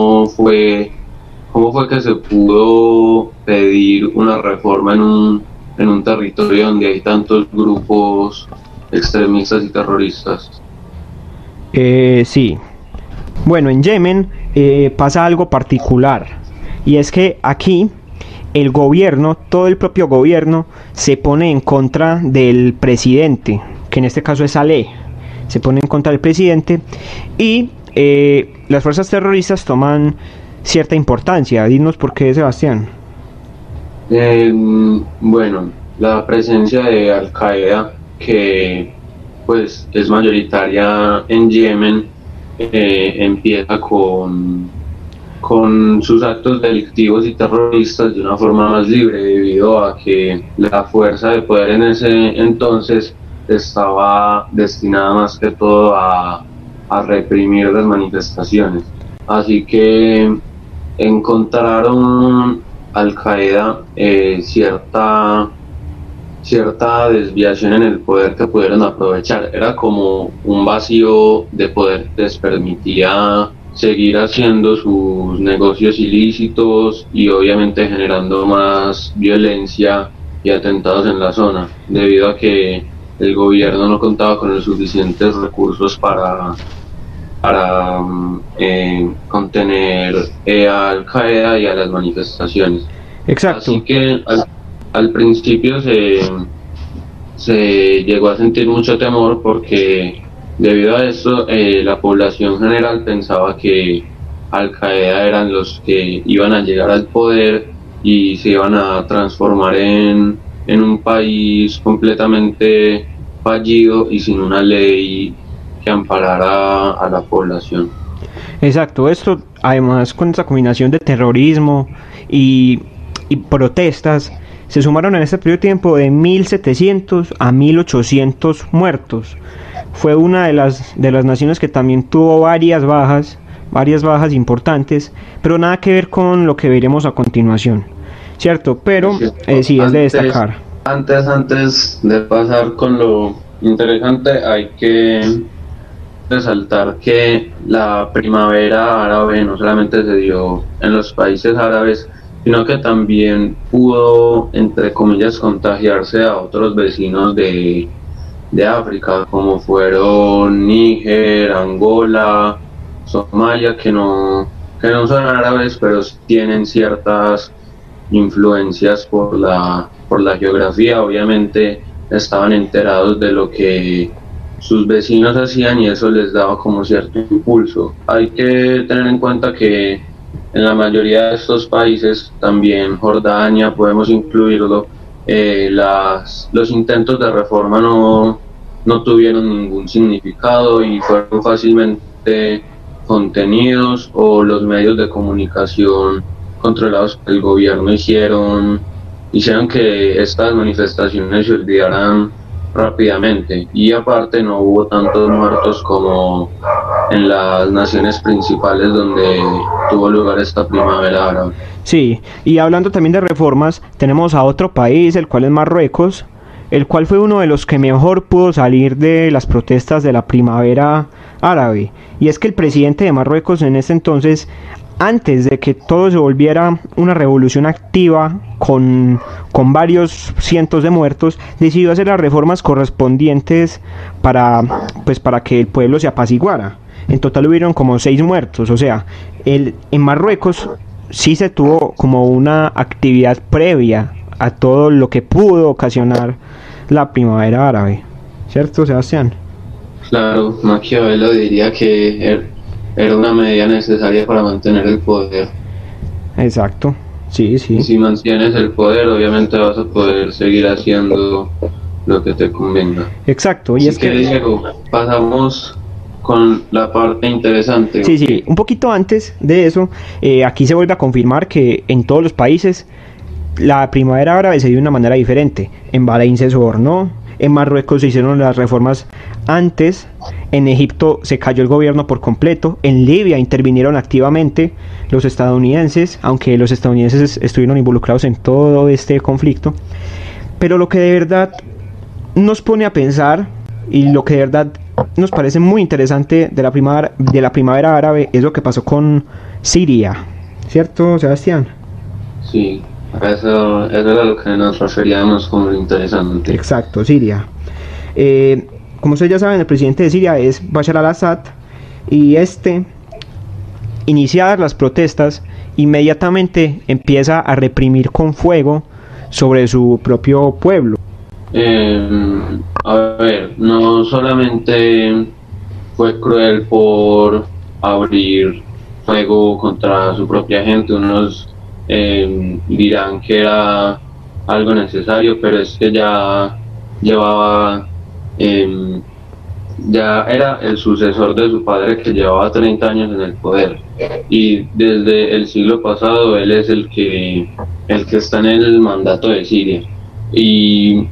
Cómo fue que se pudo pedir una reforma en un territorio donde hay tantos grupos extremistas y terroristas? Sí. Bueno, en Yemen pasa algo particular, y es que aquí el gobierno, todo el propio gobierno, se pone en contra del presidente, que en este caso es Saleh, se pone en contra del presidente, y las fuerzas terroristas toman cierta importancia. Dinos por qué, Sebastián. Bueno, la presencia de Al Qaeda, que pues es mayoritaria en Yemen, empieza con sus actos delictivos y terroristas de una forma más libre, debido a que la fuerza de poder en ese entonces estaba destinada más que todo a reprimir las manifestaciones. Así que encontraron Al Qaeda cierta desviación en el poder que pudieron aprovechar. Era como un vacío de poder que les permitía seguir haciendo sus negocios ilícitos y obviamente generando más violencia y atentados en la zona, debido a que el gobierno no contaba con los suficientes recursos para contener a Al Qaeda y a las manifestaciones. Exacto. Así que al principio se llegó a sentir mucho temor, porque debido a esto la población general pensaba que Al Qaeda eran los que iban a llegar al poder y se iban a transformar en un país completamente fallido y sin una ley que amparara a la población. Exacto, esto además con esa combinación de terrorismo y protestas, se sumaron en este periodo de tiempo de 1700 a 1800 muertos. Fue una de las naciones que también tuvo varias bajas importantes, pero nada que ver con lo que veremos a continuación, ¿cierto? Pero sí, es de destacar. Antes de pasar con lo interesante, hay que resaltar que la primavera árabe no solamente se dio en los países árabes, sino que también pudo, entre comillas, contagiarse a otros vecinos de África, como fueron Níger, Angola, Somalia, que no son árabes, pero tienen ciertas influencias por la geografía. Obviamente estaban enterados de lo que sus vecinos hacían y eso les daba como cierto impulso. Hay que tener en cuenta que en la mayoría de estos países, también Jordania, podemos incluirlo, los intentos de reforma no tuvieron ningún significado y fueron fácilmente contenidos, o los medios de comunicación controlados por el gobierno hicieron que estas manifestaciones se olvidaran rápidamente, y aparte no hubo tantos muertos como en las naciones principales donde tuvo lugar esta primavera árabe. Sí, y hablando también de reformas, tenemos a otro país, el cual es Marruecos, el cual fue uno de los que mejor pudo salir de las protestas de la primavera árabe. Y es que el presidente de Marruecos en ese entonces, antes de que todo se volviera una revolución activa con varios cientos de muertos, decidió hacer las reformas correspondientes para que el pueblo se apaciguara. En total hubieron como 6 muertos, o sea, en Marruecos sí se tuvo como una actividad previa a todo lo que pudo ocasionar la primavera árabe, ¿cierto, Sebastián? Claro, Maquiavelo diría que era una medida necesaria para mantener el poder. Exacto, sí. Y si mantienes el poder, obviamente vas a poder seguir haciendo lo que te convenga. Exacto, y Así es que Diego, pasamos con la parte interesante. Sí, un poquito antes de eso, aquí se vuelve a confirmar que en todos los países la primavera árabe se dio de una manera diferente. En Bahrein se sobornó, en Marruecos se hicieron las reformas antes, en Egipto se cayó el gobierno por completo, en Libia intervinieron activamente los estadounidenses, aunque los estadounidenses estuvieron involucrados en todo este conflicto. Pero lo que de verdad nos pone a pensar y lo que de verdad nos parece muy interesante de la primavera árabe es lo que pasó con Siria, ¿cierto, Sebastián? Sí, eso era lo que nos referíamos como lo interesante. Exacto, Siria. Como ustedes ya saben, el presidente de Siria es Bashar al-Assad y iniciadas las protestas, inmediatamente empieza a reprimir con fuego sobre su propio pueblo. A ver, no solamente fue cruel por abrir fuego contra su propia gente, unos dirán que era algo necesario, pero es que ya llevaba, ya era el sucesor de su padre que llevaba 30 años en el poder, y desde el siglo pasado él es el que está en el mandato de Siria. Y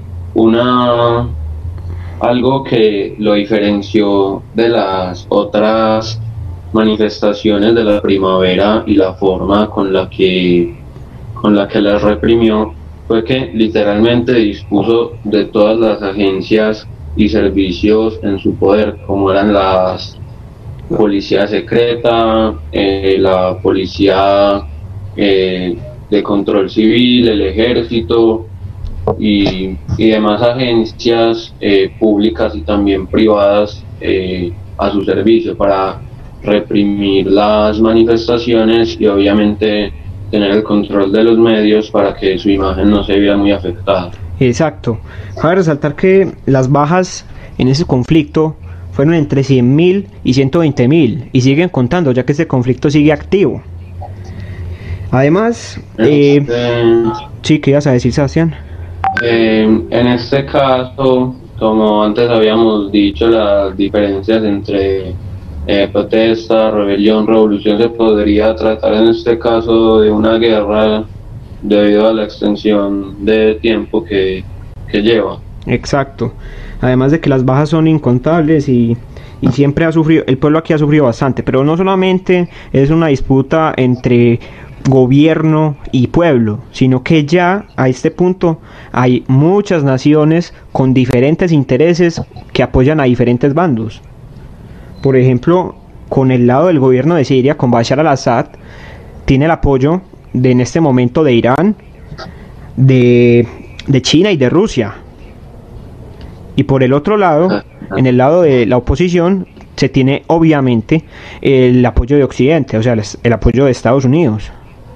algo que lo diferenció de las otras manifestaciones de la primavera y la forma con la que las reprimió fue que literalmente dispuso de todas las agencias y servicios en su poder, como eran las policía secreta, la policía de control civil, el ejército y demás agencias públicas y también privadas a su servicio para reprimir las manifestaciones y obviamente tener el control de los medios para que su imagen no se viera muy afectada. Exacto. Cabe resaltar que las bajas en ese conflicto fueron entre 100.000 y 120.000 y siguen contando ya que este conflicto sigue activo. Además, sí, ¿qué ibas a decir, Sebastián? En este caso, como antes habíamos dicho, las diferencias entre protesta, rebelión, revolución se podría tratar en este caso de una guerra debido a la extensión de tiempo que lleva. Exacto. Además de que las bajas son incontables y siempre el pueblo aquí ha sufrido bastante, pero no solamente es una disputa entre gobierno y pueblo, sino que ya a este punto hay muchas naciones con diferentes intereses que apoyan a diferentes bandos. Por ejemplo, con el lado del gobierno de Siria, con Bashar al-Assad, tiene el apoyo en este momento de Irán, de China y de Rusia. Y por el otro lado, en el lado de la oposición, se tiene obviamente el apoyo de Occidente, o sea, el apoyo de Estados Unidos.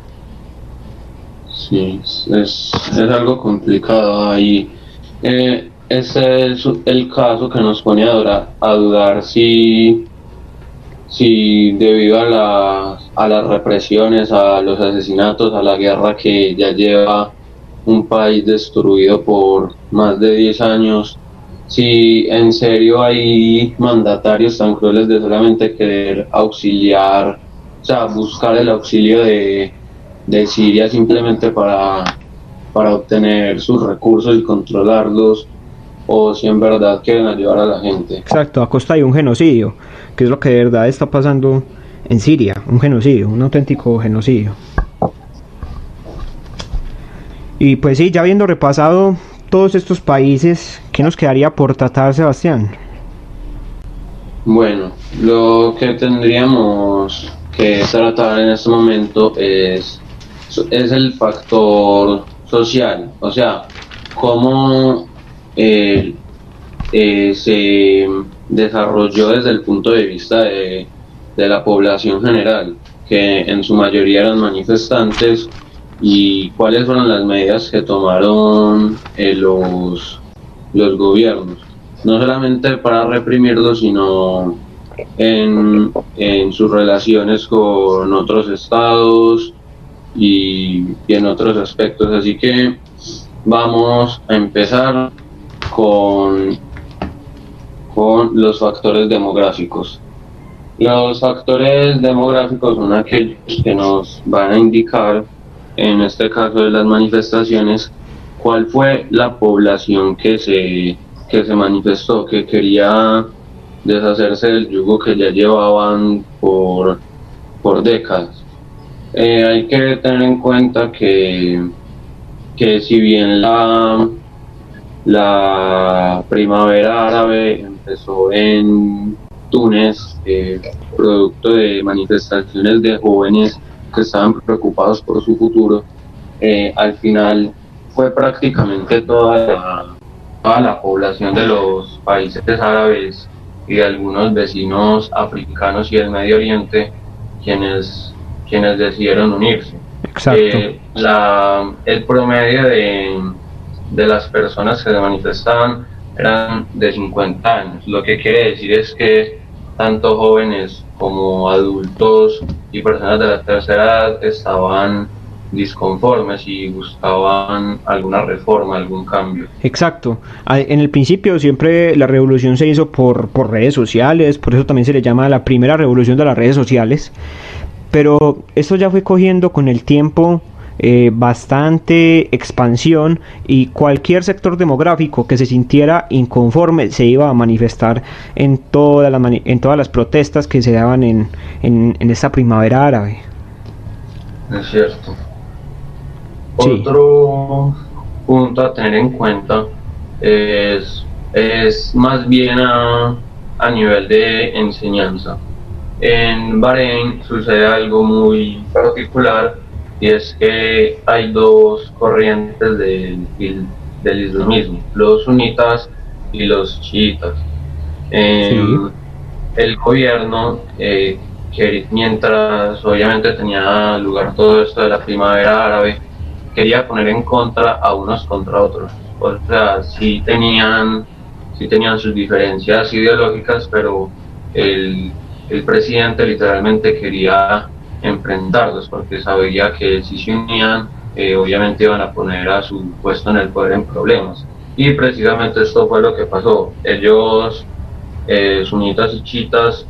Sí, es algo complicado ahí. Ese es el caso que nos pone a dudar si debido a las represiones, a los asesinatos, a la guerra que ya lleva un país destruido por más de 10 años, si en serio hay mandatarios tan crueles de solamente querer auxiliar, o sea, buscar el auxilio de Siria simplemente para obtener sus recursos y controlarlos, o si en verdad quieren ayudar a la gente. Exacto, a costa de un genocidio, que es lo que de verdad está pasando en Siria, un genocidio, un auténtico genocidio. Y pues sí, ya habiendo repasado todos estos países, ¿qué nos quedaría por tratar, Sebastián? Bueno, lo que tendríamos que tratar en este momento es el factor social, o sea, cómo se desarrolló desde el punto de vista de la población general, que en su mayoría eran manifestantes, y cuáles fueron las medidas que tomaron los gobiernos, no solamente para reprimirlos, sino en sus relaciones con otros estados y en otros aspectos. Así que vamos a empezar con los factores demográficos. Los factores demográficos son aquellos que nos van a indicar, en este caso de las manifestaciones, cuál fue la población que se manifestó, que quería deshacerse del yugo que ya llevaban por décadas. Hay que tener en cuenta que si bien la primavera árabe empezó en Túnez, producto de manifestaciones de jóvenes que estaban preocupados por su futuro. Al final fue prácticamente toda la población de los países árabes y de algunos vecinos africanos y del Medio Oriente quienes decidieron unirse. Exacto. El promedio de las personas que se manifestaban eran de 50 años, lo que quiere decir es que tanto jóvenes como adultos y personas de la tercera edad estaban disconformes y buscaban alguna reforma, algún cambio. Exacto. En el principio siempre la revolución se hizo por redes sociales, por eso también se le llama la primera revolución de las redes sociales. Pero esto ya fue cogiendo con el tiempo bastante expansión, y cualquier sector demográfico que se sintiera inconforme se iba a manifestar en todas las protestas que se daban en esta primavera árabe. Es cierto. Sí. Otro punto a tener en cuenta es más bien a nivel de enseñanza. En Bahrein sucede algo muy particular, y es que hay dos corrientes del islamismo, los sunitas y los chiitas. Sí. El gobierno, que mientras obviamente tenía lugar todo esto de la primavera árabe, quería poner en contra a unos contra otros. O sea, sí tenían sus diferencias ideológicas, pero el presidente literalmente quería enfrentarlos porque sabía que si se unían, obviamente iban a poner a su puesto en el poder en problemas. Y precisamente esto fue lo que pasó. Ellos, sunitas y chiitas,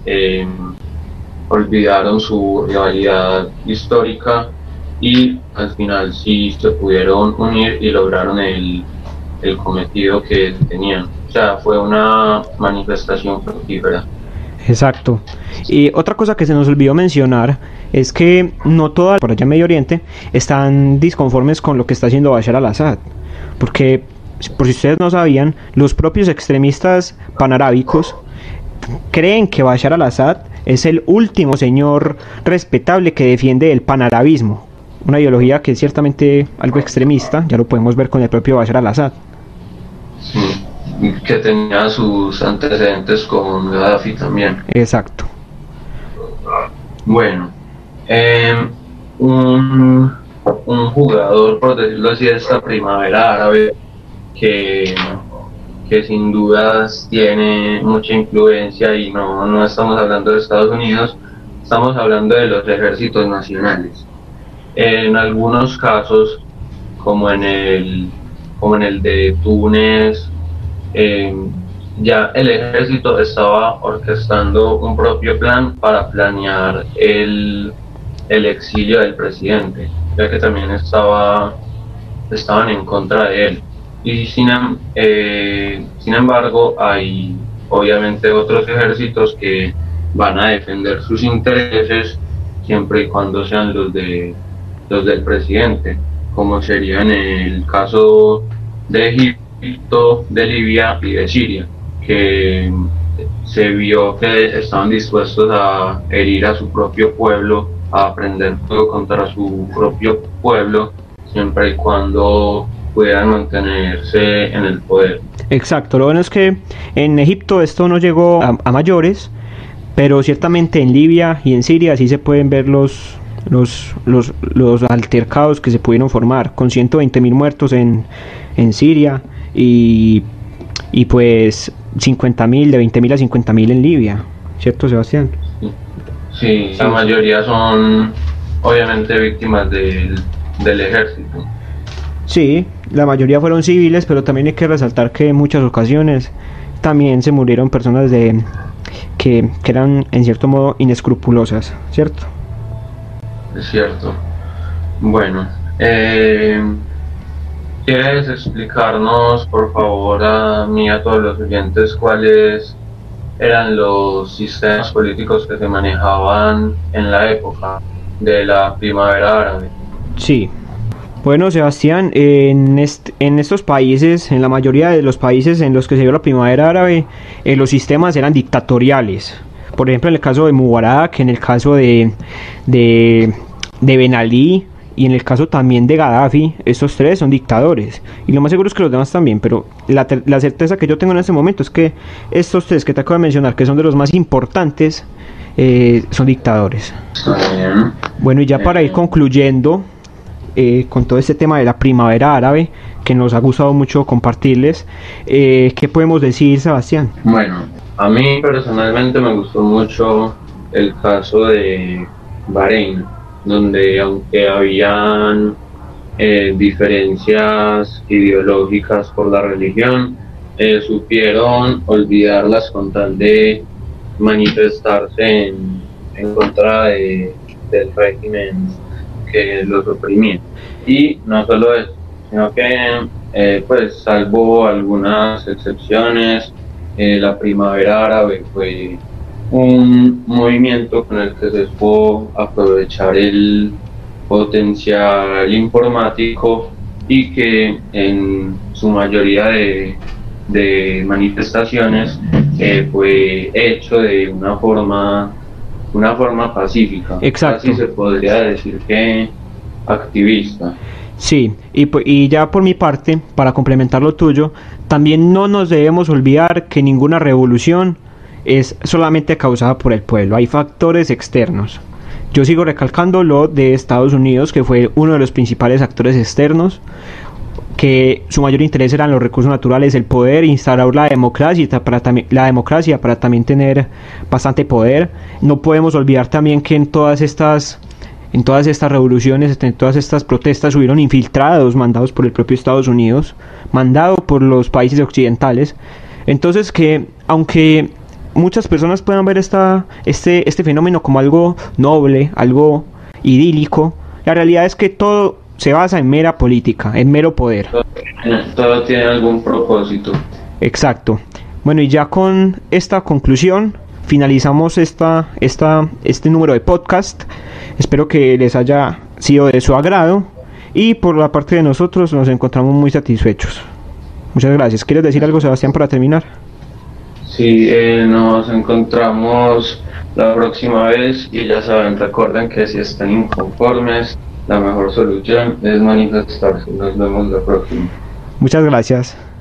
olvidaron su rivalidad histórica y al final sí se pudieron unir y lograron el cometido que tenían. O sea, fue una manifestación fructífera. Exacto. Y otra cosa que se nos olvidó mencionar es que no todas por allá en Medio Oriente están disconformes con lo que está haciendo Bashar al-Assad, porque, por si ustedes no sabían, los propios extremistas panarábicos creen que Bashar al-Assad es el último señor respetable que defiende el panarabismo, una ideología que es ciertamente algo extremista. Ya lo podemos ver con el propio Bashar al-Assad. Sí, que tenía sus antecedentes con Gaddafi también. Exacto. Bueno, un jugador, por decirlo así, de esta primavera árabe que sin dudas tiene mucha influencia, y no estamos hablando de Estados Unidos, estamos hablando de los ejércitos nacionales. En algunos casos, como en el de Túnez, ya el ejército estaba orquestando un propio plan para planear el exilio del presidente, ya que también estaban en contra de él. Y sin embargo, hay obviamente otros ejércitos que van a defender sus intereses siempre y cuando sean los del presidente, como sería en el caso de Egipto, de Libia y de Siria, que se vio que estaban dispuestos a herir a su propio pueblo, a prender fuego contra su propio pueblo, siempre y cuando puedan mantenerse en el poder. Exacto, lo bueno es que en Egipto esto no llegó a mayores, pero ciertamente en Libia y en Siria sí se pueden ver los altercados que se pudieron formar, con 120.000 muertos en Siria y pues 50.000, de 20.000 a 50.000 en Libia, ¿cierto, Sebastián? Sí, la mayoría son obviamente víctimas del ejército. Sí, la mayoría fueron civiles, pero también hay que resaltar que en muchas ocasiones también se murieron personas que eran en cierto modo inescrupulosas, ¿cierto? Es cierto. Bueno, ¿quieres explicarnos, por favor, a mí y a todos los oyentes cuáles eran los sistemas políticos que se manejaban en la época de la primavera árabe? Sí. Bueno, Sebastián, en estos países, en la mayoría de los países en los que se dio la primavera árabe, los sistemas eran dictatoriales. Por ejemplo, en el caso de Mubarak, en el caso de, de Ben Ali y en el caso también de Gaddafi, estos tres son dictadores. Y lo más seguro es que los demás también, pero la certeza que yo tengo en este momento es que estos tres que te acabo de mencionar, que son de los más importantes, son dictadores. Bueno, y ya para ir concluyendo con todo este tema de la primavera árabe, que nos ha gustado mucho compartirles, ¿qué podemos decir, Sebastián? Bueno, a mí personalmente me gustó mucho el caso de Bahrein, donde aunque habían diferencias ideológicas por la religión, supieron olvidarlas con tal de manifestarse en contra del régimen que los oprimía. Y no solo eso, sino que pues salvo algunas excepciones, la primavera árabe fue un movimiento con el que se pudo aprovechar el potencial informático y que en su mayoría de manifestaciones fue hecho de una forma pacífica. Exacto. Así se podría decir que activista. Sí, y ya por mi parte, para complementar lo tuyo, también no nos debemos olvidar que ninguna revolución es solamente causada por el pueblo, hay factores externos. Yo sigo recalcando lo de Estados Unidos, que fue uno de los principales actores externos, que su mayor interés eran los recursos naturales, el poder, instaurar la democracia para también tener bastante poder. No podemos olvidar también que en todas estas revoluciones, en todas estas protestas hubieron infiltrados mandados por el propio Estados Unidos, mandado por los países occidentales. Entonces que aunque muchas personas puedan ver este fenómeno como algo noble, algo idílico, la realidad es que todo se basa en mera política, en mero poder. Todo tiene algún propósito. Exacto. Bueno, y ya con esta conclusión finalizamos este número de podcast. Espero que les haya sido de su agrado y por la parte de nosotros nos encontramos muy satisfechos. Muchas gracias. ¿Quieres decir algo, Sebastián, para terminar? Sí, nos encontramos la próxima vez y ya saben, recuerden que si están inconformes, la mejor solución es manifestarse. Nos vemos la próxima. Muchas gracias.